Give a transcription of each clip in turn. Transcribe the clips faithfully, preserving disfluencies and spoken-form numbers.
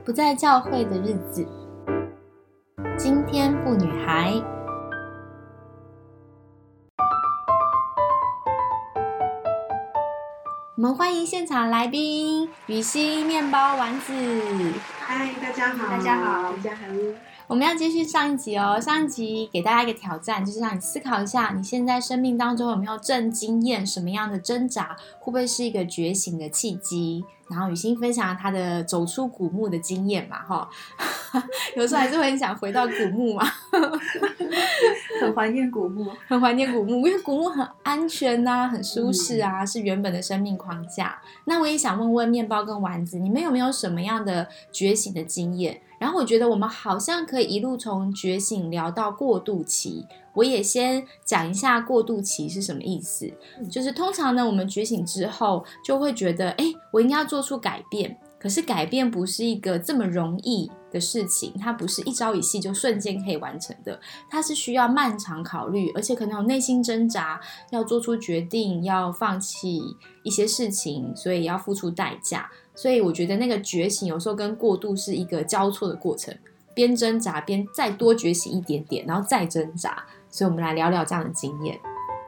不在教会的日子。今天妇女孩，我们欢迎现场来宾雨欣、面包、丸子。 嗨，大家好， 大家好， 大家好。 我们要继续上一集哦。上一集给大家一个挑战，就是让你思考一下，你现在生命当中有没有正经验什么样的挣扎，会不会是一个觉醒的契机？然后雨欣分享了她的走出古墓的经验嘛，哈，有时候还是会很想回到古墓嘛， 很怀念古墓， 很怀念古墓，因为古墓很安全啊，很舒适啊，嗯、是原本的生命框架。那我也想问问面包跟丸子，你们有没有什么样的觉醒的经验？然后我觉得我们好像可以一路从觉醒聊到过渡期。我也先讲一下过渡期是什么意思，就是通常呢，我们觉醒之后就会觉得，哎，我应该要做出改变。可是改变不是一个这么容易的事情，它不是一朝一夕就瞬间可以完成的，它是需要漫长考虑，而且可能有内心挣扎，要做出决定，要放弃一些事情，所以要付出代价。所以我觉得那个觉醒有时候跟过渡是一个交错的过程，边挣扎边再多觉醒一点点，然后再挣扎。所以我们来聊聊这样的经验。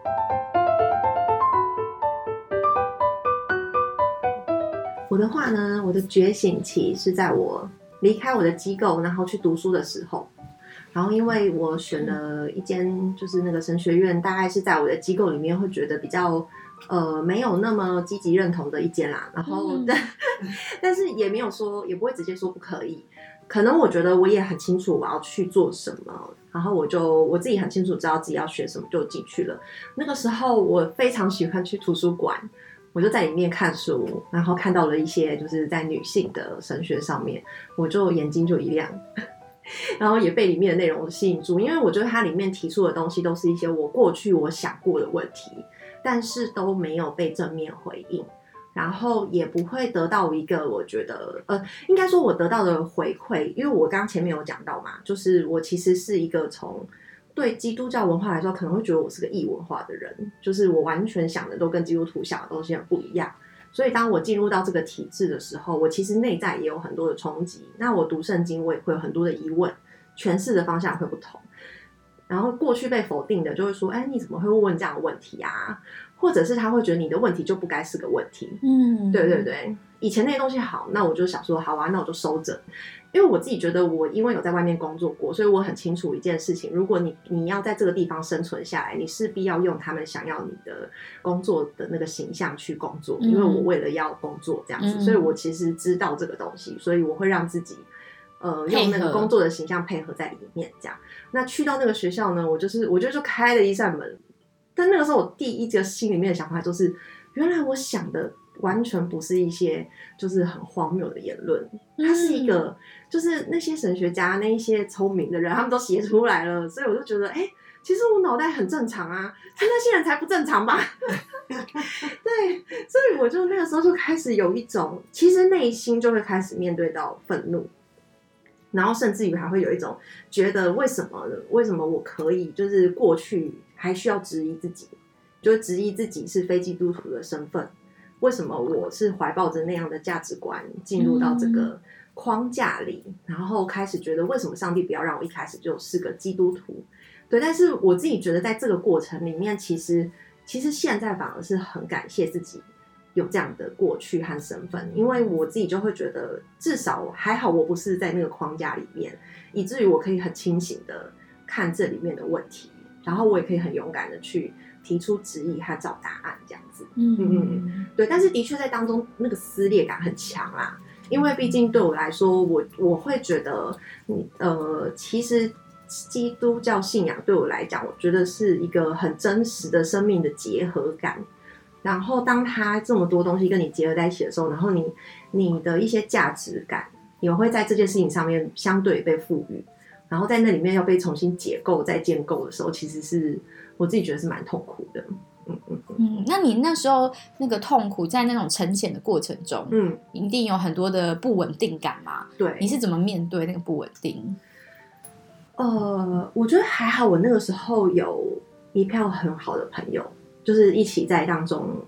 我的话呢，我的觉醒期是在我离开我的机构，然后去读书的时候。然后因为我选了一间就是那个神学院，大概是在我的机构里面会觉得比较呃没有那么积极认同的一间啦。然后、嗯、但是也没有说，也不会直接说不可以。可能我觉得我也很清楚我要去做什么，然后我就我自己很清楚知道自己要学什么，就进去了。那个时候我非常喜欢去图书馆，我就在里面看书，然后看到了一些就是在女性的神学上面，我就眼睛就一亮，然后也被里面的内容吸引住，因为我觉得它里面提出的东西都是一些我过去我想过的问题，但是都没有被正面回应。然后也不会得到一个我觉得呃，应该说我得到的回馈，因为我刚刚前面有讲到嘛，就是我其实是一个从对基督教文化来说可能会觉得我是个异文化的人，就是我完全想的都跟基督徒想的东西很不一样，所以当我进入到这个体制的时候，我其实内在也有很多的冲击。那我读圣经我也会有很多的疑问，诠释的方向会不同，然后过去被否定的就会说，哎，你怎么会问这样的问题啊？或者是他会觉得你的问题就不该是个问题。嗯，对对对，以前那些东西好，那我就想说好啊，那我就收着。因为我自己觉得我因为有在外面工作过，所以我很清楚一件事情，如果你你要在这个地方生存下来，你势必要用他们想要你的工作的那个形象去工作。因为我为了要工作这样子，嗯、所以我其实知道这个东西，所以我会让自己呃用那个工作的形象配合在里面这样。那去到那个学校呢，我就是我觉得就开了一扇门。但那个时候我第一个心里面的想法就是，原来我想的完全不是一些就是很荒谬的言论，它是一个就是那些神学家那一些聪明的人他们都写出来了，所以我就觉得哎、欸，其实我脑袋很正常啊，是那些人才不正常吧。对，所以我就那个时候就开始有一种其实内心就会开始面对到愤怒，然后甚至于还会有一种觉得为什么为什么我可以就是过去还需要质疑自己，就是质疑自己是非基督徒的身份，为什么我是怀抱着那样的价值观进入到这个框架里、嗯、然后开始觉得为什么上帝不要让我一开始就是个基督徒。对，但是我自己觉得在这个过程里面其实其实现在反而是很感谢自己有这样的过去和身份，因为我自己就会觉得至少还好我不是在那个框架里面，以至于我可以很清醒的看这里面的问题，然后我也可以很勇敢的去提出质疑和找答案这样子。嗯嗯嗯，对。但是的确在当中那个撕裂感很强啦，因为毕竟对我来说，我我会觉得，呃，其实基督教信仰对我来讲，我觉得是一个很真实的生命的结合感。然后当它这么多东西跟你结合在一起的时候，然后你你的一些价值感也会在这件事情上面相对被赋予，然后在那里面要被重新解构再建构的时候，其实是我自己觉得是蛮痛苦的。嗯嗯嗯，那你那时候那个痛苦在那种沉潜的过程中，嗯，一定有很多的不稳定感嘛？ 对， 你是怎么面对那个不稳定？ 呃，我觉得还好，我那个时候有一票很好的朋友，就是一起在当中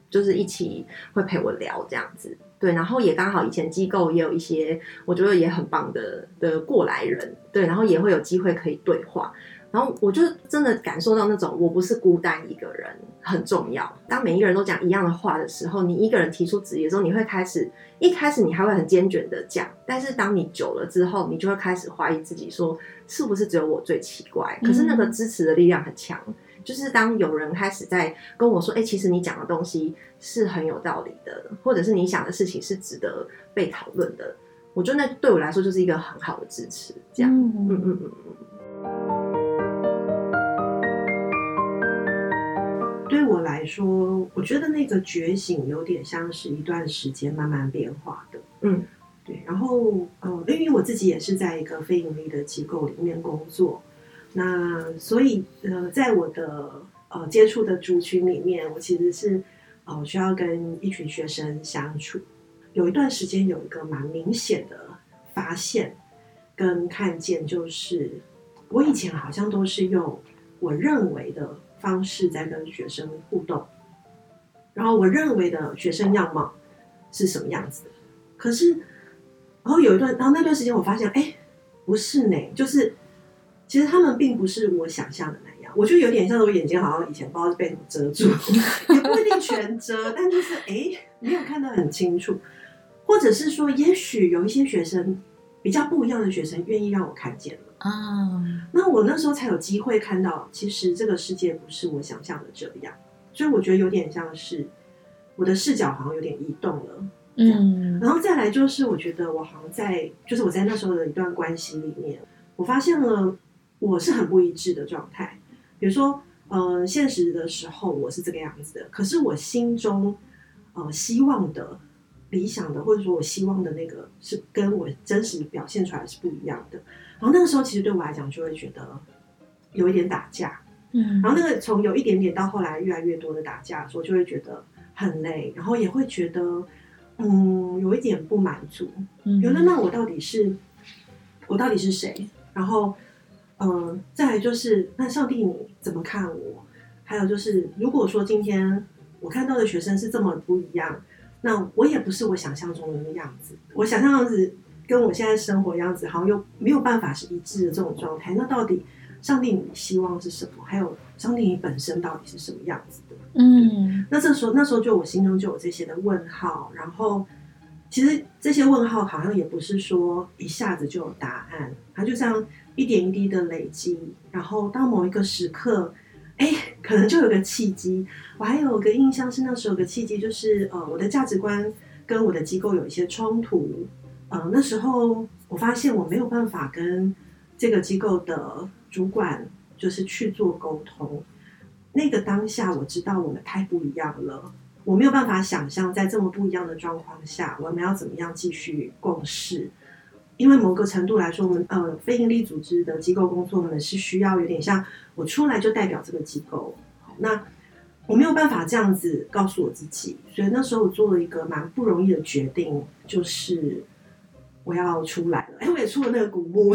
就是一起会陪我聊这样子。对，然后也刚好以前机构也有一些我觉得也很棒的的过来人，对，然后也会有机会可以对话。然后我就真的感受到那种我不是孤单一个人很重要。当每一个人都讲一样的话的时候，你一个人提出质疑的时候，你会开始一开始你还会很坚决的讲，但是当你久了之后，你就会开始怀疑自己说是不是只有我最奇怪。可是那个支持的力量很强，嗯，就是当有人开始在跟我说哎、欸，其实你讲的东西是很有道理的，或者是你想的事情是值得被讨论的，我觉得那对我来说就是一个很好的支持这样。嗯嗯嗯嗯。 对我来说，我觉得那个觉醒有点像是一段时间慢慢变化的。 嗯， 对。然后，呃，因为我自己也是在一个非盈利的机构里面工作，那所以，呃，在我的呃接触的族群里面，我其实是呃需要跟一群学生相处。有一段时间有一个蛮明显的发现跟看见，就是我以前好像都是用我认为的方式在跟学生互动，然后我认为的学生样貌是什么样子的，可是然后有一段然后那段时间我发现哎，不是呢，就是其实他们并不是我想象的那样。我就有点像我眼睛好像以前不知道是被什么遮住也不一定全遮，但就是哎没有看得很清楚，或者是说也许有一些学生比较不一样的学生愿意让我看见了啊， 那我那时候才有机会看到，其实这个世界不是我想象的这样，所以我觉得有点像是我的视角好像有点移动了，嗯，然后再来就是我觉得我好像在，就是我在那时候的一段关系里面，我发现了我是很不一致的状态，比如说，呃，现实的时候我是这个样子的，可是我心中呃希望的。理想的或者说我希望的那个是跟我真实表现出来是不一样的，然后那个时候其实对我来讲就会觉得有一点打架，嗯，然后那个从有一点点到后来越来越多的打架的时候就会觉得很累，然后也会觉得嗯有一点不满足，嗯，觉得那我到底是我到底是谁，然后嗯、呃、再来就是那上帝你怎么看我，还有就是如果说今天我看到的学生是这么不一样，那我也不是我想象中的那个样子，我想象的样子跟我现在生活样子好像又没有办法是一致的这种状态，那到底上帝你希望是什么，还有上帝你本身到底是什么样子的，嗯，那这时候那时候就我心中就有这些的问号，然后其实这些问号好像也不是说一下子就有答案，它就像一点一滴的累积，然后到某一个时刻哎，可能就有个契机。我还有个印象是那时候有个契机，就是呃，我的价值观跟我的机构有一些冲突。呃，那时候我发现我没有办法跟这个机构的主管就是去做沟通。那个当下我知道我们太不一样了，我没有办法想象在这么不一样的状况下，我们要怎么样继续共事。因为某个程度来说，我们呃非营利组织的机构工作，我们是需要有点像我出来就代表这个机构，那我没有办法这样子告诉我自己，所以那时候我做了一个蛮不容易的决定，就是我要出来了。哎，我也出了那个古墓，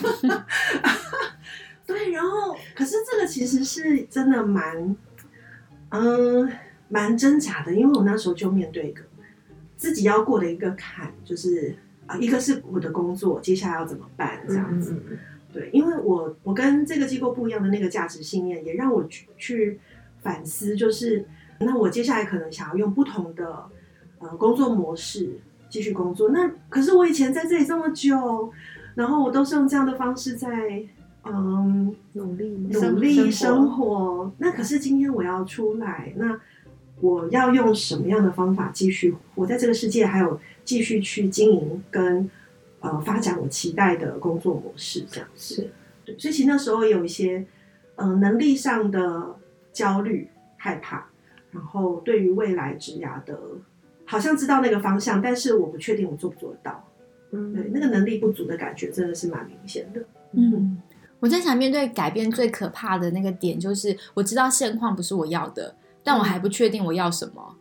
对，然后可是这个其实是真的蛮，嗯，蛮挣扎的，因为我那时候就面对一个自己要过的一个坎，就是。一个是我的工作接下来要怎么办这样子，嗯嗯嗯，对，因为我我跟这个机构不一样的那个价值信念也让我去去反思，就是那我接下来可能想要用不同的呃工作模式继续工作，那可是我以前在这里这么久，然后我都是用这样的方式在嗯努力努力生活，那可是今天我要出来，那我要用什么样的方法继续活在这个世界，还有继续去经营跟呃发展我期待的工作模式，这样子。对，所以其实那时候有一些呃能力上的焦虑、害怕，然后对于未来职涯的，好像知道那个方向，但是我不确定我做不做得到。嗯，对，那个能力不足的感觉真的是蛮明显的。 嗯，我在想面对改变最可怕的那个点，就是我知道现况不是我要的。但我还不确定我要什么，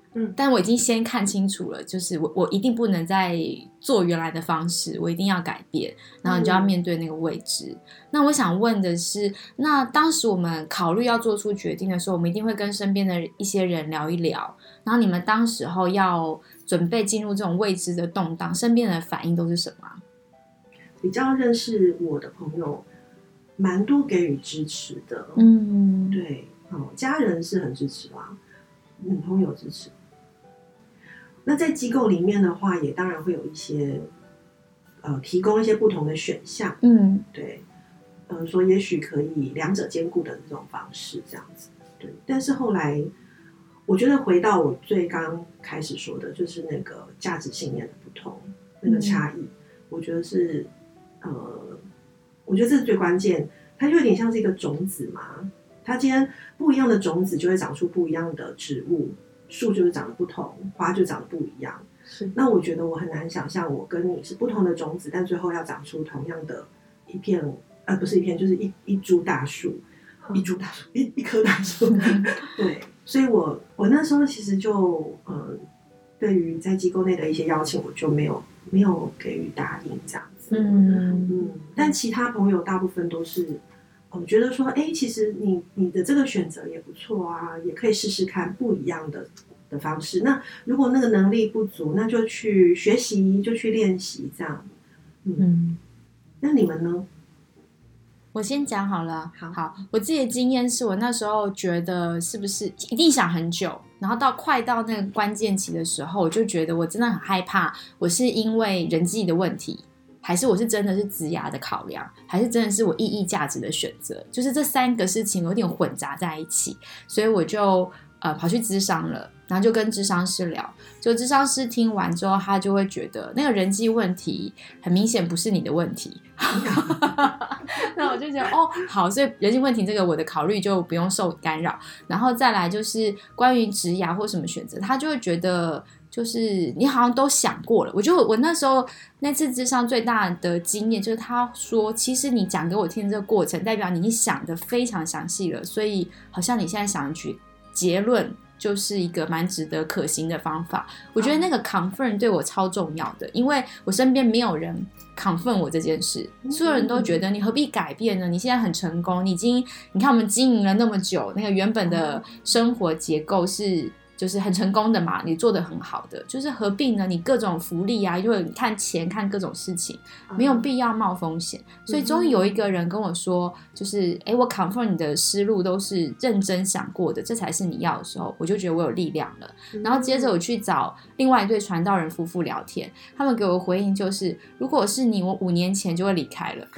嗯， 但我已经先看清楚了，就是我我一定不能再做原来的方式，我一定要改变，然后你就要面对那个未知。嗯、那我想问的是，那当时我们考虑要做出决定的时候，我们一定会跟身边的一些人聊一聊，然后你们当时候要准备进入这种未知的动荡，身边的反应都是什么？ 比较认识我的朋友，蛮多给予支持的。 嗯， 对，哦，家人是很支持啦，嗯，朋友支持。那在机构里面的话，也当然会有一些呃提供一些不同的选项。 嗯， 对，嗯、呃，说也许可以两者兼顾的这种方式，这样子。对，但是后来我觉得回到我最刚开始说的，就是那个价值信念的不同，那个差异，嗯、我觉得是。呃，我觉得这是最关键，它就有点像是一个种子嘛。它今天不一样的种子就会长出不一样的植物，树就是长得不同，花就长得不一样。 是， 那我觉得我很难想象，我跟你是不同的种子，但最后要长出同样的一片，呃，不是一片，就是一一株大树，嗯、一株大树，一一棵大树。对，所以我我那时候其实就呃，对于在机构内的一些邀请，我就没有没有给予答应这样。 嗯嗯，但其他朋友大部分都是，我觉得说，哎，其实你你的这个选择也不错啊，也可以试试看不一样的的方式。那如果那个能力不足，那就去学习，就去练习，这样。嗯，嗯那你们呢？ 我先讲好了。 好， 好，我自己的经验是我那时候觉得是不是一定想很久，然后到快到那个关键期的时候，我就觉得我真的很害怕，我是因为人际的问题。还是我是真的是职涯的考量，还是真的是我意义价值的选择，就是这三个事情有点混杂在一起，所以我就呃跑去諮商了，然后就跟諮商师聊，就諮商师听完之后，他就会觉得那个人际问题很明显不是你的问题，那我就觉得哦好，所以人际问题这个我的考虑就不用受干扰，然后再来就是关于职涯或什么选择，他就会觉得。就是你好像都想过了，我就我那时候那次諮商最大的经验就是他说，其实你讲给我听这个过程，代表你想的非常详细了，所以好像你现在想去结论就是一个蛮值得可行的方法。我觉得那个 confirm 对我超重要的，因为我身边没有人 confirm 我这件事，所有人都觉得你何必改变呢？你现在很成功，你已经你看我们经营了那么久，那个原本的生活结构是。就是很成功的嘛，你做得很好的，就是何必呢？你各种福利啊，因为你看钱看各种事情，没有必要冒风险。所以终于有一个人跟我说，就是哎，我 confirm 你的思路都是认真想过的，这才是你要的时候，我就觉得我有力量了。然后接着我去找另外一对传道人夫妇聊天，他们给我回应就是，如果是你，我五年前就会离开了。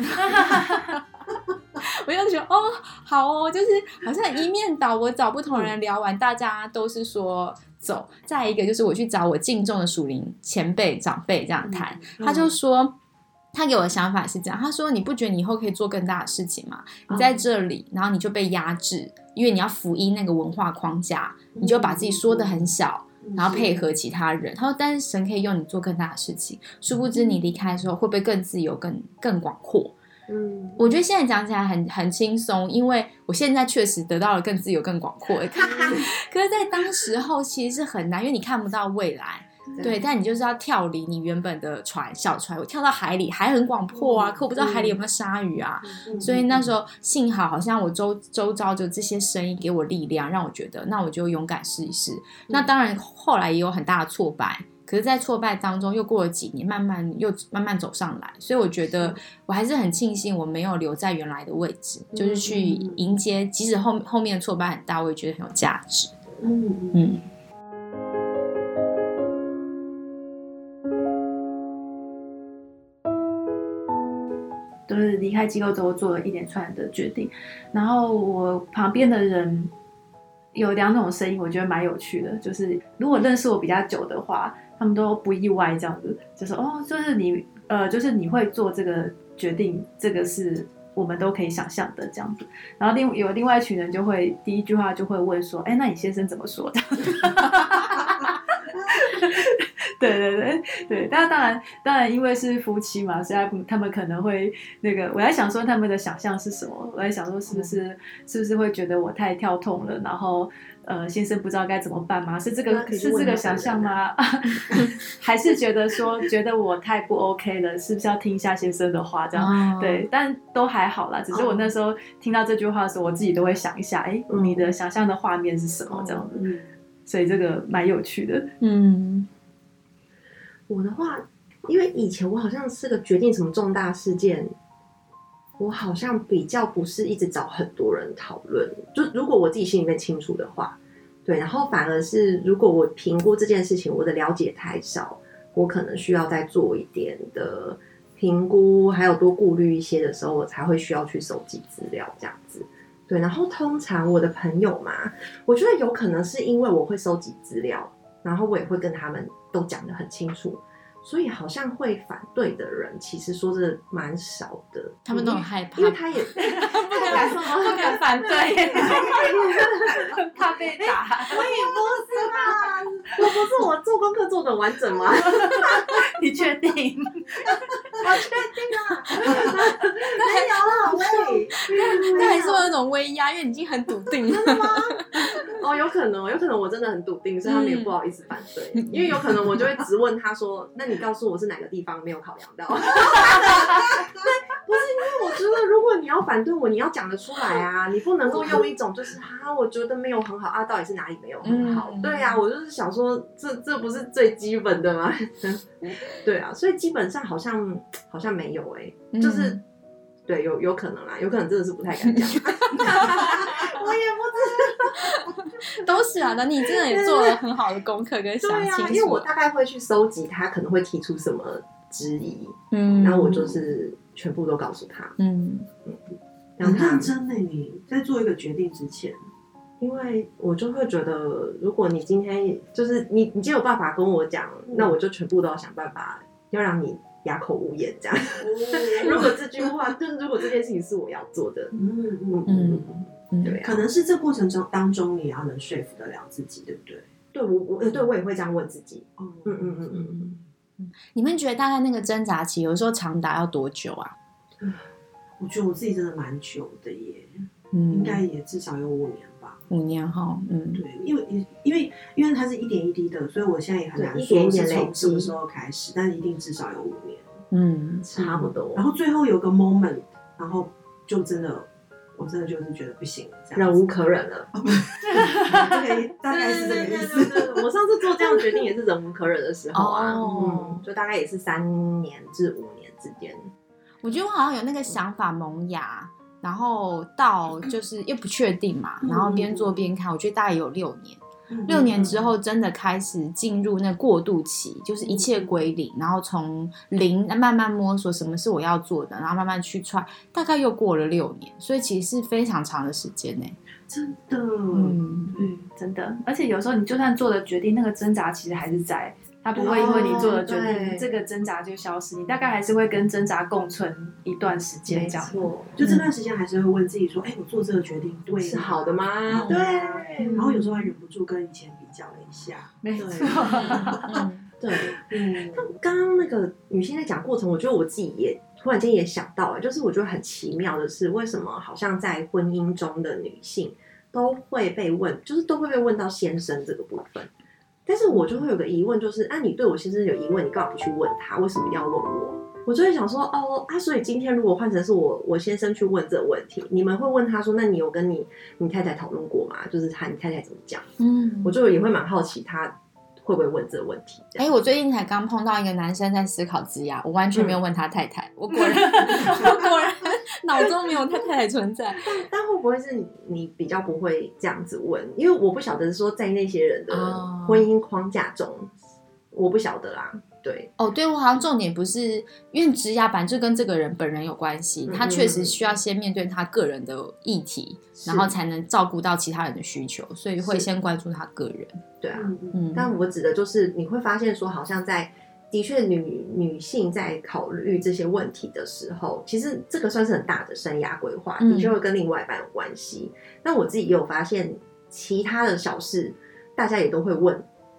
我就觉得哦，好哦，就是好像一面倒，我找不同人聊完，大家都是说走。再一个就是我去找我敬重的属灵前辈长辈这样谈，他就说。他给我的想法是这样，他说你不觉得你以后可以做更大的事情吗？你在这里，然后你就被压制，因为你要符合那个文化框架，你就把自己缩得很小，然后配合其他人。他说但是神可以用你做更大的事情，殊不知你离开的时候会不会更自由更更广阔。嗯，我觉得现在讲起来很很轻松，因为我现在确实得到了更自由更广阔的可是在当时候其实是很难，因为你看不到未来。对，但你就是要跳离你原本的船小船，我跳到海里，海很广阔啊，可我不知道海里有没有鲨鱼啊，所以那时候幸好好像我周周遭就这些声音给我力量，让我觉得那我就勇敢试一试。那当然后来也有很大的挫败，可是在挫败当中又过了几年，慢慢又慢慢走上来，所以我觉得我还是很庆幸我没有留在原来的位置，就是去迎接，即使后后面的挫败很大，我也觉得很有价值。嗯嗯。 都是离开机构之后做了一连串的决定，然后我旁边的人有两种声音，我觉得蛮有趣的，就是如果认识我比较久的话，他们都不意外这样子，就是哦，就是你呃，就是你会做这个决定，这个是我们都可以想象的这样子。然后另有另外一群人就会第一句话就会问说，哎，那你先生怎么说的？ 对对对对，但当然当然，因为是夫妻嘛，所以他们可能会那个，我在想说他们的想象是什么？我在想说是不是、嗯、是不是会觉得我太跳痛了，然后呃先生不知道该怎么办吗？是这个是这个想象吗？还是觉得说觉得我太不 OK 了，是不是要听一下先生的话这样？哦、对，但都还好啦。只是我那时候听到这句话的时候，我自己都会想一下，哎、嗯，你的想象的画面是什么这样子？嗯，所以这个蛮有趣的。嗯。 我的话，因为以前我好像是个决定什么重大事件，我好像比较不是一直找很多人讨论。就如果我自己心里面清楚的话，对，然后反而是如果我评估这件事情，我的了解太少，我可能需要再做一点的评估，还有多顾虑一些的时候，我才会需要去收集资料这样子。对，然后通常我的朋友嘛，我觉得有可能是因为我会收集资料。然后我也会跟他们都讲得很清楚，所以好像会反对的人，其实说真的蛮少的。 他们都很害怕， 因为他也不敢说，不敢反对， 怕被打。 我也不是啦，我不是我做功课做得完整吗？ 你确定？ 我确定啦，没有啦，喂， 但还是会有一种威压，因为你已经很笃定了。 真的吗？哦，有可能，有可能我真的很笃定，所以他们也不好意思反对，嗯、因为有可能我就会直问他说：“那你告诉我是哪个地方没有考量到？”对，不是因为我觉得如果你要反对我，你要讲得出来啊，你不能够用一种就是哈，我觉得没有很好啊，到底是哪里没有很好？嗯、对啊，我就是想说，这这不是最基本的吗？对啊，所以基本上好像好像没有哎、欸，就是。嗯对，有有可能啦，有可能真的是不太敢讲。我也不知道， 都是啊。那你真的也做了很好的功课跟想清楚。 对啊，因为我大概会去收集他可能会提出什么质疑，嗯，然后我就是全部都告诉他，嗯嗯，很认真的你在做一个决定之前， 因为我就会觉得，如果你今天就是你，你今天有办法跟我讲，嗯、那我就全部都要想办法要让你。哑口无言这样。如果这句话，就是如果这件事情是我要做的，嗯嗯嗯嗯，对、啊，可能是这过程中当中你也要能说服得了自己，对不对？ 对我我对我也会这样问自己。嗯嗯嗯嗯嗯嗯。你们觉得大概那个挣扎期，有时候长达要多久啊？ 我觉得我自己真的蛮久的耶，嗯，应该也至少有五年吧。 五年哈，嗯， 对，因为因为因为它是一点一滴的，所以我现在也很难说是从什么时候开始，但是一定至少有五年， 嗯，差不多。 然后最后有个 moment， 然后就真的，我真的就是觉得不行了，这样忍无可忍了。 这个大概是这个意思。 对对对，我上次做这样的决定也是忍无可忍的时候啊，哦、嗯，就大概也是三年至五年之间。 我觉得我好像有那个想法萌芽。然后到就是又不确定嘛，然后边做边看，我觉得大概有六年。六年之后，真的开始进入那过渡期，就是一切归零，然后从零慢慢摸索什么是我要做的，然后慢慢去try，大概又过了六年，所以其实是非常长的时间呢。 真的，嗯嗯，真的，而且有时候你就算做了决定，那个挣扎其实还是在。他不会因为你做了决定，哦、这个挣扎就消失，你大概还是会跟挣扎共存一段时间，这样。 就这段时间还是会问自己说：“哎、欸，我做这个决定对是好的吗？” 嗯、对。然后有时候还忍不住跟以前比较了一下。 没错。 对，嗯。但刚刚那个女性在讲过程，我觉得我自己也突然间也想到，就是我觉得很奇妙的是，为什么好像在婚姻中的女性都会被问，就是都会被问到先生这个部分。但是我就会有个疑问，就是啊，你对我先生有疑问，你干嘛不去问他？为什么要问我？我就会想说，哦啊，所以今天如果换成是我我先生去问这个问题，你们会问他说，那你有跟你你太太讨论过吗？就是他你太太怎么讲？嗯，我就也会蛮好奇他会不会问这个问题。 哎、欸，我最近才刚碰到一个男生在思考职涯，我完全没有问他太太，嗯、我果然我果然脑中没有他太太存在。 但但会不会是你你比较不会这样子问？因为我不晓得说在那些人的婚姻框架中，哦、我不晓得啦。对哦，对，我好像重点不是因为职涯版就跟这个人本人有关系，嗯、他确实需要先面对他个人的议题，然后才能照顾到其他人的需求，所以会先关注他个人。 对啊，嗯，但我指的就是你会发现说，好像在的确女女性在考虑这些问题的时候，其实这个算是很大的生涯规划，的确会跟另外一半有关系。但我自己也有发现，其他的小事大家也都会问。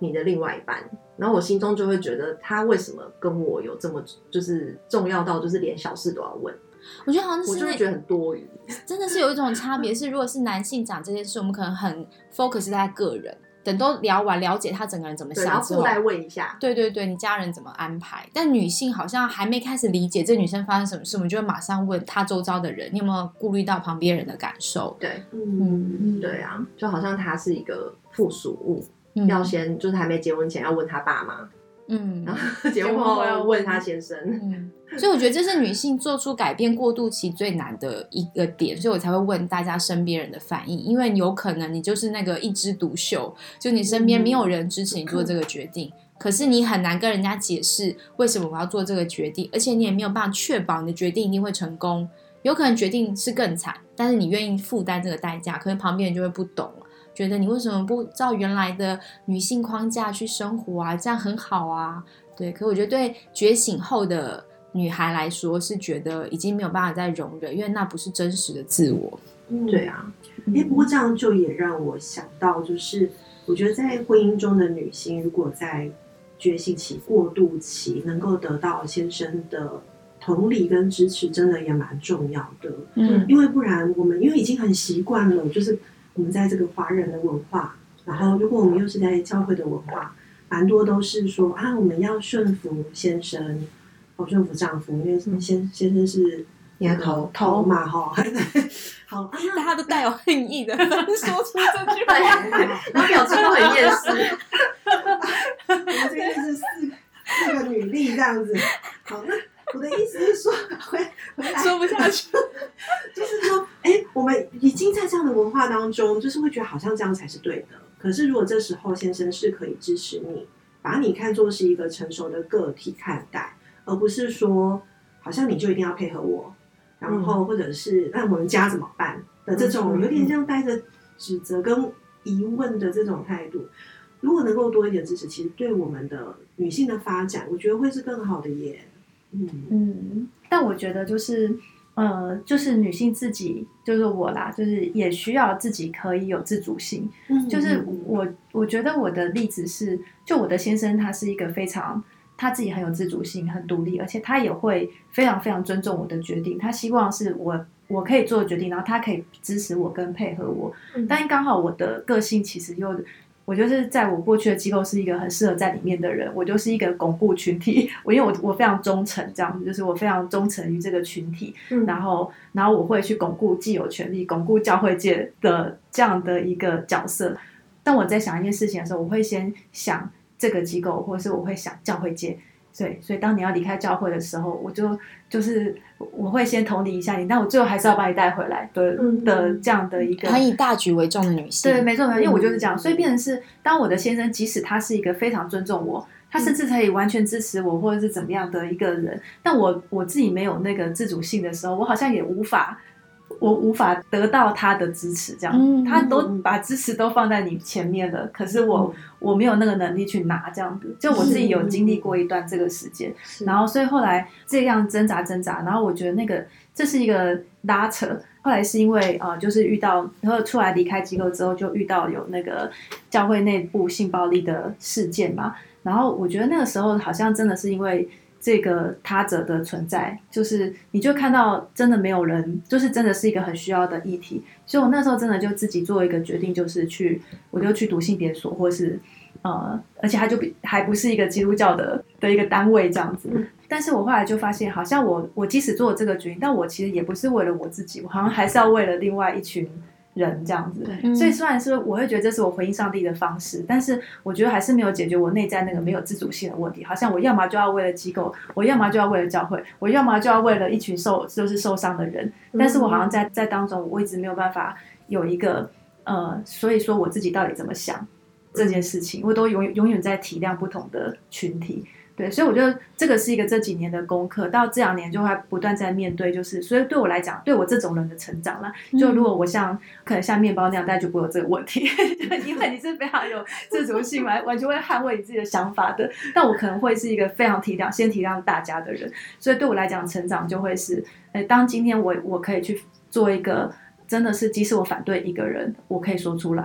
你的另外一半，然后我心中就会觉得他为什么跟我有这么就是重要到就是连小事都要问。 我觉得好像是我就会觉得很多余， 真的是有一种差别是，如果是男性讲这件事，我们可能很 focus 在个人，等都聊完了解他整个人怎么想之后， 然后附带问一下， 对对对，你家人怎么安排？但女性好像还没开始理解这女生发生什么事，我们就会马上问她周遭的人，你有没有顾虑到旁边人的感受？ 对， 嗯， 对啊，就好像他是一个附属物， 嗯、 要先就是还没结婚前要问他爸妈， 嗯， 然后结婚后要问他先生， 嗯，所以我觉得这是女性做出改变过渡期最难的一个点，所以我才会问大家身边人的反应，因为有可能你就是那个一枝独秀，就你身边没有人支持你做这个决定，嗯、可是你很难跟人家解释为什么我要做这个决定，而且你也没有办法确保你的决定一定会成功，有可能决定是更惨，但是你愿意负担这个代价，可能旁边人就会不懂了，觉得你为什么不照原来的女性框架去生活啊，这样很好啊，对，可我觉得对觉醒后的女孩来说是觉得已经没有办法再容忍，因为那不是真实的自我。 嗯， 对啊， 哎，不过这样就也让我想到，就是我觉得在婚姻中的女性，如果在觉醒期、过渡期能够得到先生的同理跟支持，真的也蛮重要的。 嗯， 因为不然我们因为已经很习惯了，就是我们在这个华人的文化，然后如果我们又是在教会的文化，蛮多都是说啊，我们要顺服先生。哦，顺服丈夫，因为先先生是你的头头嘛，哈，好， 大家都带有恨意的分说出这句话， 然后表情都很厌世。 我们这边是四四个女力这样子。好，那我的意思是说，回回来说不下去， 就是说，哎、欸，我们已经在这样的文化当中，就是会觉得好像这样才是对的。可是如果这时候先生是可以支持你，把你看作是一个成熟的个体看待。而不是说好像你就一定要配合我，然后或者是那我们家怎么办的这种有点像带着指责跟疑问的这种态度，如果能够多一点支持，其实对我们的女性的发展我觉得会是更好的耶。嗯嗯，但我觉得就是呃，就是女性自己，就是我啦，就是也需要自己可以有自主性。嗯，就是我我觉得我的例子是，就我的先生他是一个非常他自己很有自主性，很独立，而且他也会非常非常尊重我的决定。他希望是我我可以做决定，然后他可以支持我跟配合我。嗯、但刚好我的个性其实又，我就是在我过去的机构是一个很适合在里面的人。我就是一个巩固群体，我因为我我非常忠诚，这样子就是我非常忠诚于这个群体。嗯、然后然后我会去巩固既有权利，巩固教会界的这样的一个角色。当我在想一件事情的时候，我会先想这个机构，或者是我会想教会界，所以所以当你要离开教会的时候，我就就是我会先同理一下你，但我最后还是要把你带回来的、嗯、的这样的一个很以大局为重的女性。 对，没错没错，因为我就是这样，所以变成是当我的先生，即使他是一个非常尊重我，他甚至可以完全支持我，或者是怎么样的一个人，但我我自己没有那个自主性的时候，我好像也无法。我无法得到他的支持，这样、嗯、他都把支持都放在你前面了，可是我、嗯、我没有那个能力去拿，这样子，就我自己有经历过一段这个时间，然后所以后来这样挣扎挣扎，然后我觉得那个这是一个拉扯，后来是因为呃，就是遇到然后出来离开机构之后，就遇到有那个教会内部性暴力的事件嘛，然后我觉得那个时候好像真的是因为。这个他者的存在，就是你就看到真的没有人，就是真的是一个很需要的议题，所以我那时候真的就自己做一个决定，就是去我就去读性别所，或是呃，而且它就比还不是一个基督教的的一个单位这样子。但是我后来就发现，好像我我即使做了这个决定，但我其实也不是为了我自己，我好像还是要为了另外一群。人这样子，所以虽然是我会觉得这是我回应上帝的方式，但是我觉得还是没有解决我内在那个没有自主性的问题。好像我要么就要为了机构，我要么就要为了教会，我要么就要为了一群受就是受伤的人，但是我好像在在当中，我一直没有办法有一个呃，所以说我自己到底怎么想这件事情，我都永永远在体谅不同的群体。对，所以我觉得这个是一个这几年的功课，到这两年就会不断在面对，就是所以对我来讲，对我这种人的成长啦，就如果我像可能像面包那样，大家就不会有这个问题，因为你是非常有自主性嘛，完全会捍卫你自己的想法的。但我可能会是一个非常体谅、先体谅大家的人，所以对我来讲，成长就会是，呃，当今天我我可以去做一个，真的是即使我反对一个人，我可以说出来。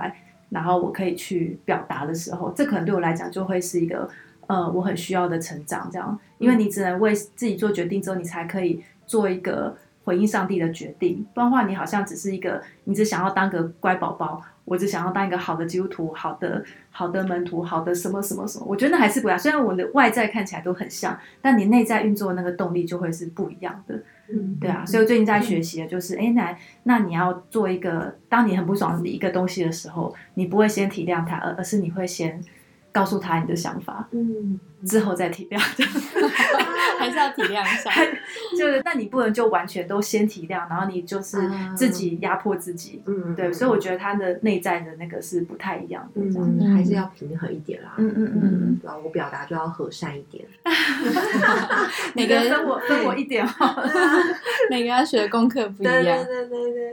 然后我可以去表达的时候，这可能对我来讲就会是一个呃我很需要的成长，这样，因为你只能为自己做决定之后，你才可以做一个回应上帝的决定，不然的话你好像只是一个，你只想要当个乖宝宝，我只想要当一个好的基督徒，好的好的门徒，好的什么什么什么，我觉得那还是不一样。虽然我的外在看起来都很像，但你内在运作的那个动力就会是不一样的。嗯，对啊，所以我最近在学习的就是，哎，那那你要做一个，当你很不爽一个东西的时候，你不会先体谅它，而而是你会先告诉他你的想法，嗯，之后再体谅， 还是要体谅一下。 就是，但你不能就完全都先体谅，然后你就是自己压迫自己，嗯，对，所以我觉得他的内在的那个是不太一样的，这样， 嗯，还是要平衡一点啦，嗯嗯嗯，对吧？我表达就要和善一点， 每个人分我分我一点好了， 每个人要学的功课不一样， 对对对对对。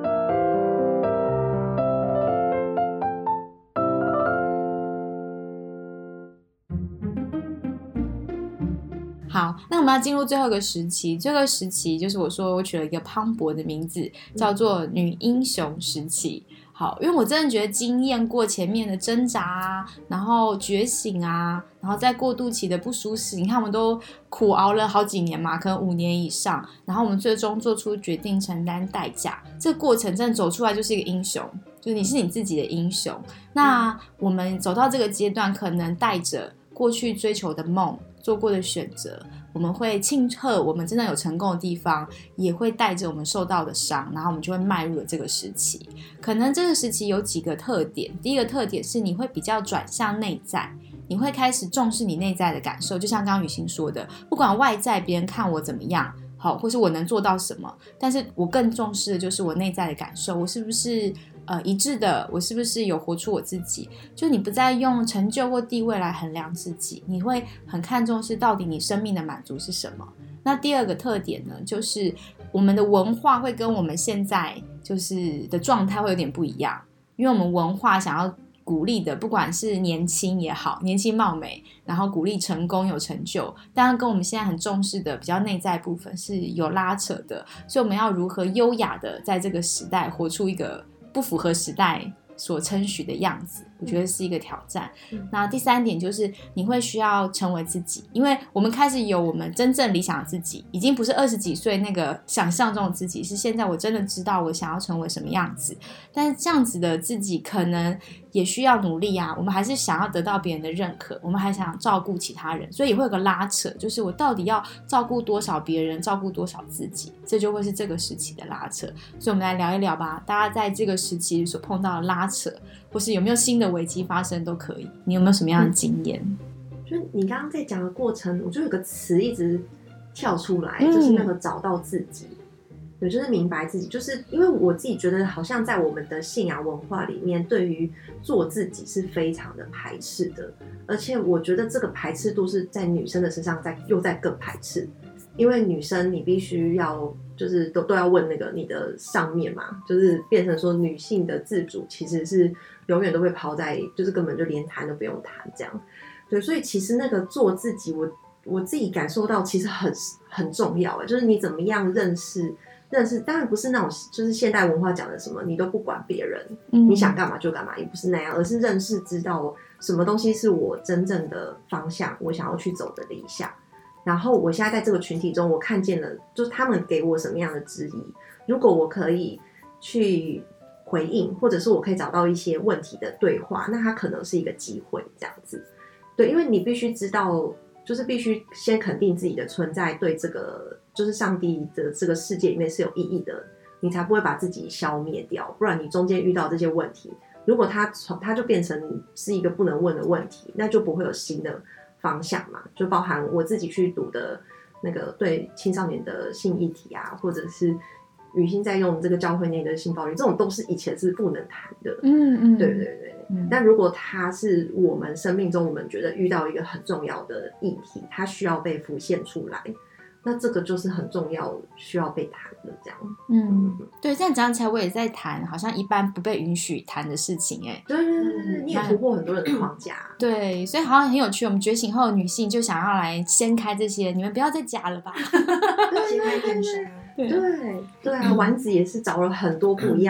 好，那我们要进入最后一个时期，这个时期就是我说我取了一个磅礴的名字，叫做女英雄时期。好，因为我真的觉得经验过前面的挣扎啊，然后觉醒啊，然后在过渡期的不舒适，你看我们都苦熬了好几年嘛，可能五年以上，然后我们最终做出决定，承担代价，这个过程真的走出来就是一个英雄，就是你是你自己的英雄。那我们走到这个阶段，可能带着过去追求的梦，做过的选择，我们会庆贺我们真的有成功的地方，也会带着我们受到的伤，然后我们就会迈入了这个时期。可能这个时期有几个特点，第一个特点是你会比较转向内在，你会开始重视你内在的感受，就像刚刚雨欣说的，不管外在别人看我怎么样，好，或是我能做到什么，但是我更重视的就是我内在的感受，我是不是呃一致的，我是不是有活出我自己，就你不再用成就或地位来衡量自己，你会很看重是到底你生命的满足是什么。那第二个特点呢，就是我们的文化会跟我们现在就是的状态会有点不一样，因为我们文化想要鼓励的，不管是年轻也好，年轻貌美，然后鼓励成功有成就，当然跟我们现在很重视的比较内在部分是有拉扯的，所以我们要如何优雅的在这个时代活出一个不符合时代所称许的样子，我觉得是一个挑战、嗯、那第三点就是你会需要成为自己，因为我们开始有我们真正理想的自己，已经不是二十几岁那个想象中的自己，是现在我真的知道我想要成为什么样子，但是这样子的自己可能也需要努力啊，我们还是想要得到别人的认可，我们还想照顾其他人，所以也会有个拉扯，就是我到底要照顾多少别人，照顾多少自己，这就会是这个时期的拉扯。所以我们来聊一聊吧，大家在这个时期所碰到的拉扯，或是有没有新的危机发生都可以，你有没有什么样的经验、嗯、 就你刚刚在讲的过程，我就有个词一直跳出来、嗯、就是那个找到自己，对，就是明白自己，就是因为我自己觉得好像在我们的信仰文化里面，对于做自己是非常的排斥的，而且我觉得这个排斥度是在女生的身上在又在更排斥，因为女生你必须要就是都都要问那个你的上面嘛，就是变成说女性的自主其实是永远都会抛在，就是根本就连谈都不用谈这样，对，所以其实那个做自己，我我自己感受到其实很很重要，就是你怎么样认识。认识当然不是那种就是现代文化讲的什么你都不管别人、嗯、你想干嘛就干嘛，也不是那样，而是认识知道什么东西是我真正的方向，我想要去走的理想，然后我现在在这个群体中我看见了就是他们给我什么样的质疑，如果我可以去回应，或者是我可以找到一些问题的对话，那它可能是一个机会这样子，对，因为你必须知道就是必须先肯定自己的存在对这个就是上帝的这个世界里面是有意义的，你才不会把自己消灭掉，不然你中间遇到这些问题，如果它它就变成是一个不能问的问题，那就不会有新的方向嘛，就包含我自己去读的那个对青少年的性议题啊，或者是雨欣在用这个教会内的性暴力，这种都是以前是不能谈的，嗯嗯，对对对。嗯、但如果它是我们生命中我们觉得遇到一个很重要的议题，它需要被浮现出来，那这个就是很重要需要被谈的这样。 嗯，对，这样讲起来我也在谈好像一般不被允许谈的事情哎、欸。 对对对对，你也突破很多人的框架。 对，所以好像很有趣，我们觉醒后的女性就想要来掀开这些，你们不要再夹了吧。 掀开天纱。对对对啊，丸子也是找了很多不一样、嗯、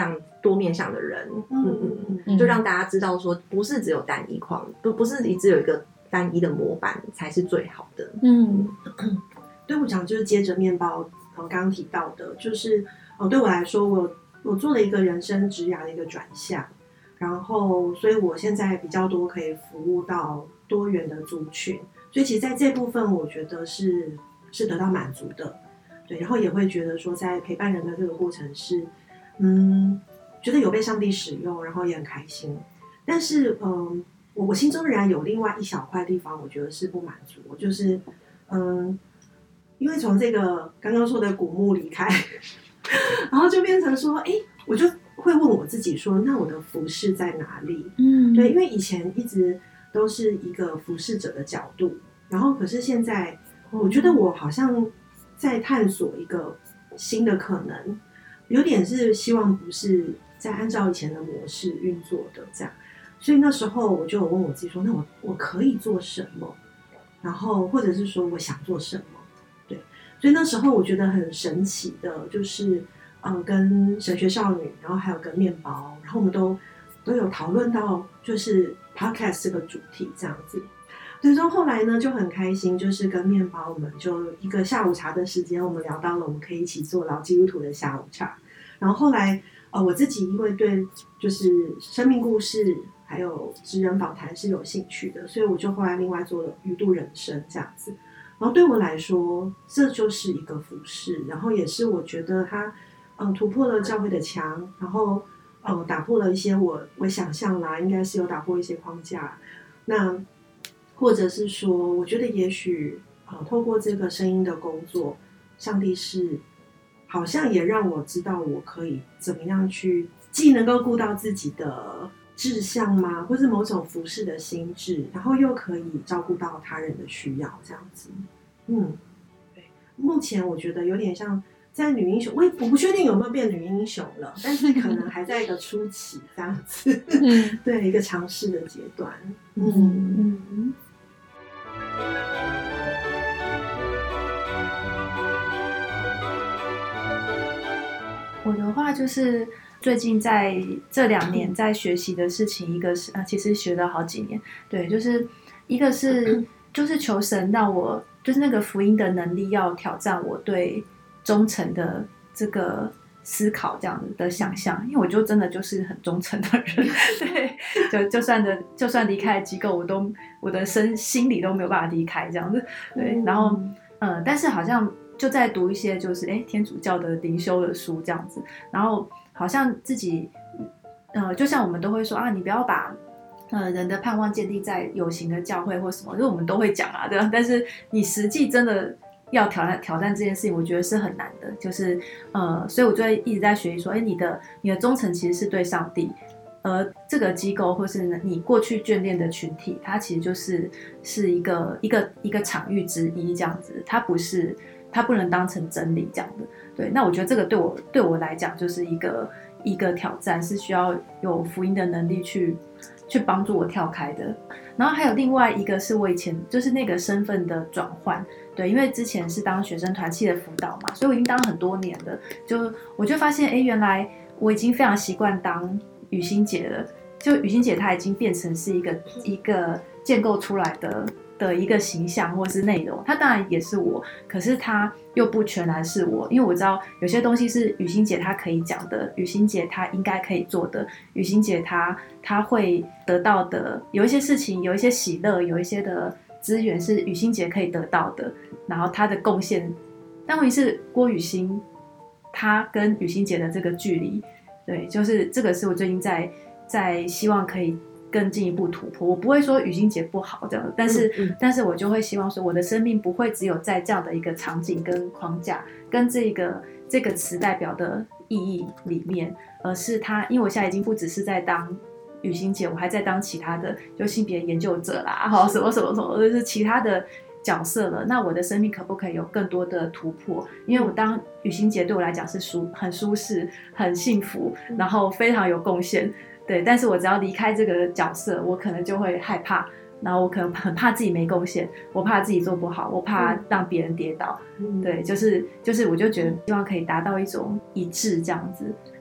多面向的人， 嗯嗯嗯嗯，就让大家知道说，不是只有单一框，不不是只有一个单一的模板才是最好的。 嗯， 对我讲就是接着面包，呃，刚刚提到的，就是呃，对我来说，我我做了一个人生职涯的一个转向，然后，所以我现在比较多可以服务到多元的族群，所以其实在这部分，我觉得是是得到满足的，对，然后也会觉得说，在陪伴人的这个过程是，嗯，觉得有被上帝使用，然后也很开心，但是，嗯，我我心中仍然有另外一小块地方，我觉得是不满足，就是嗯，因为从这个刚刚说的古墓离开，然后就变成说，哎，我就会问我自己说，那我的服事在哪里？ 嗯， 对，因为以前一直都是一个服事者的角度，然后可是现在，我觉得我好像在探索一个新的可能，有点是希望不是在按照以前的模式运作的这样。所以那时候我就有问我自己说，那我我可以做什么？然后或者是说我想做什么？对，所以那时候我觉得很神奇的，就是呃，跟神学少女，然后还有跟面包，然后我们都都有讨论到就是 podcast 这个主题这样子。所以说后来呢就很开心，就是跟面包我们就一个下午茶的时间，我们聊到了我们可以一起做老基督徒的下午茶。然后后来呃我自己因为对就是生命故事还有职人访谈是有兴趣的，所以我就后来另外做了鱼度人生这样子。然后对我来说，这就是一个服事，然后也是我觉得它嗯突破了教会的墙，然后嗯打破了一些我我想象啦，应该是有打破一些框架。那或者是说，我觉得也许呃透过这个声音的工作，上帝是好像也让我知道我可以怎么样去既能够顾到自己的志向吗，或是某种服事的心智，然后又可以照顾到他人的需要，这样子。嗯，对。目前我觉得有点像在女英雄，我也我不确定有没有变女英雄了，但是可能还在一个初期这样子，嗯、对，一个尝试的阶段。嗯嗯嗯。 我的话就是最近在这两年在学习的事情，一个是啊，其实学了好几年，对，就是一个是就是求神让我就是那个福音的能力要挑战我对忠诚的这个思考这样子的想象，因为我就真的就是很忠诚的人，对，就就算的就算离开机构，我都我的身心里都没有办法离开这样子，对，然后嗯，但是好像就在读一些就是哎天主教的灵修的书这样子，然后好像自己呃就像我们都会说啊，你不要把呃人的盼望建立在有形的教会或什么，就我们都会讲啊，对吧？但是你实际真的要挑战挑战这件事情，我觉得是很难的，就是呃，所以我就一直在学习说，哎，你的你的忠诚其实是对上帝。而这个机构或是你过去眷恋的群体，它其实就是是一个一个一个场域之一这样子，它不是它不能当成真理这样的。对，那我觉得这个对我对我来讲就是一个一个挑战，是需要有福音的能力去去帮助我跳开的。然后还有另外一个是我以前就是那个身份的转换，对，因为之前是当学生团契的辅导嘛，所以我已经当很多年了，就我就发现，哎，原来我已经非常习惯当雨欣姐了，就雨欣姐她已经变成是一个一个建构出来的的一个形象或是内容，她当然也是我，可是她又不全然是我，因为我知道有些东西是雨欣姐她可以讲的，雨欣姐她应该可以做的，雨欣姐她她会得到的，有一些事情，有一些喜乐，有一些的资源是雨欣姐可以得到的，然后她的贡献，但问题是郭雨欣她跟雨欣姐的这个距离。对，就是这个是我最近在在希望可以更进一步突破。我不会说雨欣姐不好这样，但是、嗯嗯、但是我就会希望说，我的生命不会只有在这样的一个场景跟框架跟这个这个词代表的意义里面，而是它，因为我现在已经不只是在当雨欣姐，我还在当其他的就性别研究者啦，哈，什么什么什么，就是其他的角色了，那我的生命可不可以有更多的突破？因为我当雨欣姐对我来讲是舒很舒适、很幸福，然后非常有贡献，对。但是我只要离开这个角色，我可能就会害怕，然后我可能很怕自己没贡献，我怕自己做不好，我怕让别人跌倒，对，就是就是，我就觉得希望可以达到一种一致这样子，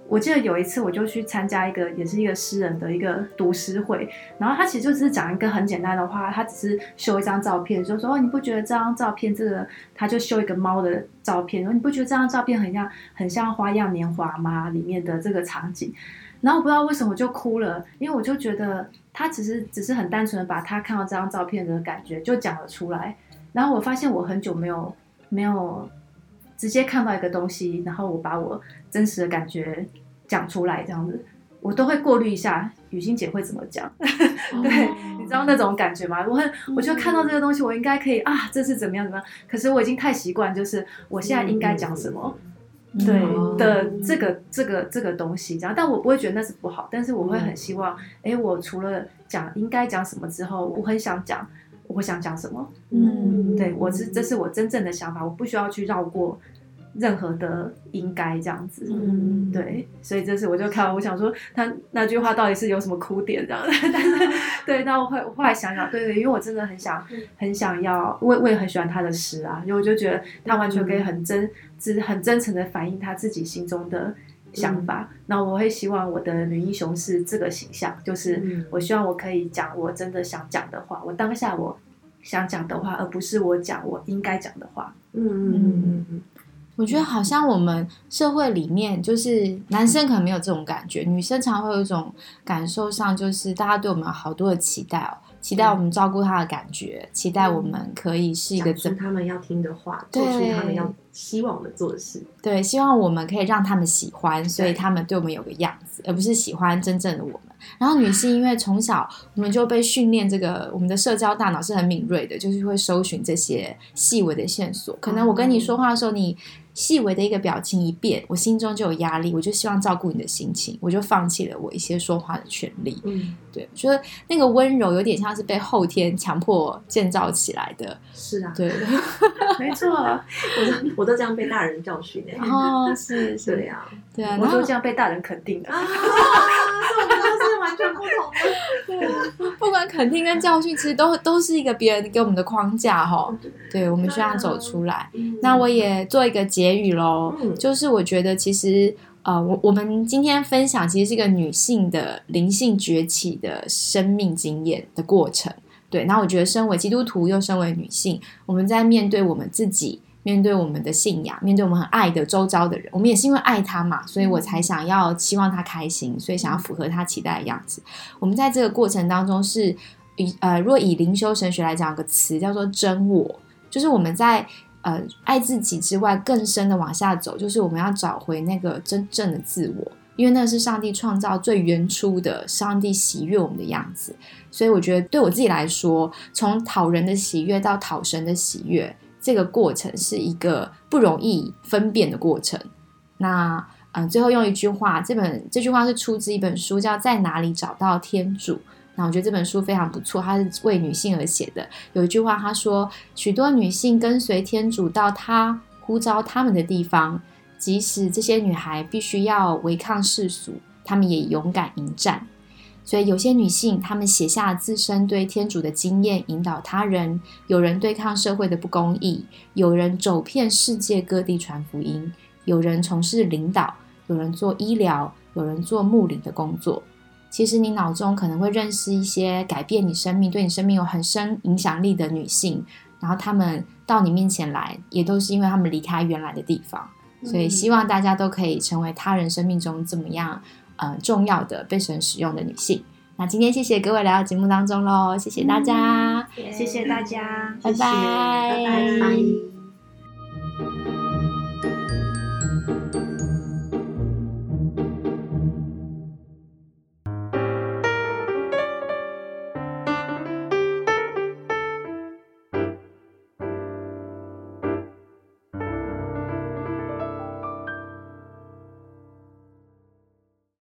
我记得有一次我就去参加一个也是一个诗人的一个读诗会，然后他其实就只是讲一个很简单的话，他只是秀一张照片，就说哦你不觉得这张照片这个，他就秀一个猫的照片，说你不觉得这张照片很像很像花样年华吗？里面的这个场景，然后我不知道为什么我就哭了，因为我就觉得他只是只是很单纯的把他看到这张照片的感觉就讲了出来，然后我发现我很久没有没有直接看到一个东西，然后我把我真实的感觉讲出来，这样子我都会过滤一下雨欣姐会怎么讲对，你知道那种感觉吗？我很我就看到这个东西我应该可以啊这是怎么样怎么样，可是我已经太习惯就是我现在应该讲什么、嗯、对、嗯、的这个这个这个东西这样，但我不会觉得那是不好，但是我会很希望哎、嗯，我除了讲应该讲什么之后，我很想讲我会想讲什么，嗯，对，我是这是我真正的想法，我不需要去绕过任何的应该这样子，嗯，对，所以这次我就看，我想说他那句话到底是有什么哭点这样的，但是对，那我会我后来想想，对对，因为我真的很想很想要，我我也很喜欢他的诗啊，因为我就觉得他完全可以很真很真诚的反映他自己心中的想法，那、嗯、我会希望我的女英雄是这个形象，就是我希望我可以讲我真的想讲的话，我当下我想讲的话，而不是我讲我应该讲的话。 嗯嗯嗯嗯， 我觉得好像我们社会里面，就是男生可能没有这种感觉，女生常会有一种感受上，就是大家对我们有好多的期待哦，期待我们照顾他的感觉，期待我们可以是一个讲出他们要听的话，做出他们要希望我们做的事， 对，希望我们可以让他们喜欢，所以他们对我们有个样子，而不是喜欢真正的我们。然后女性因为从小我们就被训练，这个我们的社交大脑是很敏锐的，就是会搜寻这些细微的线索，可能我跟你说话的时候，你细微的一个表情一变，我心中就有压力，我就希望照顾你的心情，我就放弃了我一些说话的权利。嗯，对，我觉得那个温柔有点像是被后天强迫建造起来的。 是啊， 对， 没错， 我都我都这样被大人教训的。 哦，是是， 对啊， 对啊， 我就这样被大人肯定的。 啊，这我们都是完全不同的。 对啊，不管肯定跟教训，其实都都是一个别人给我们的框架哈。对，我们需要走出来。嗯、那我也做一个结语咯、嗯、就是我觉得其实呃，我我们今天分享其实是一个女性的灵性崛起的生命经验的过程。对，那我觉得身为基督徒又身为女性，我们在面对我们自己，面对我们的信仰，面对我们很爱的周遭的人，我们也是因为爱他嘛，所以我才想要希望他开心，所以想要符合他期待的样子。我们在这个过程当中是呃，若以灵修神学来讲，有个词叫做真我，就是我们在呃爱自己之外更深的往下走，就是我们要找回那个真正的自我，因为那是上帝创造最原初的，上帝喜悦我们的样子。所以我觉得对我自己来说，从讨人的喜悦到讨神的喜悦，这个过程是一个不容易分辨的过程。那呃，最后用一句话，这本这句话是出自一本书叫《在哪里找到天主》。那我觉得这本书非常不错，它是为女性而写的。有一句话他说，许多女性跟随天主到他呼召他们的地方，即使这些女孩必须要违抗世俗，她们也勇敢迎战。所以有些女性她们写下自身对天主的经验，引导他人，有人对抗社会的不公义，有人走遍世界各地传福音，有人从事领导，有人做医疗，有人做牧领的工作。其实你脑中可能会认识一些改变你生命，对你生命有很深影响力的女性，然后她们到你面前来，也都是因为她们离开原来的地方。所以希望大家都可以成为他人生命中这么样呃重要的被神使用的女性。那今天谢谢各位来到节目当中咯，谢谢大家， 嗯、谢谢大家， 拜拜， 拜拜。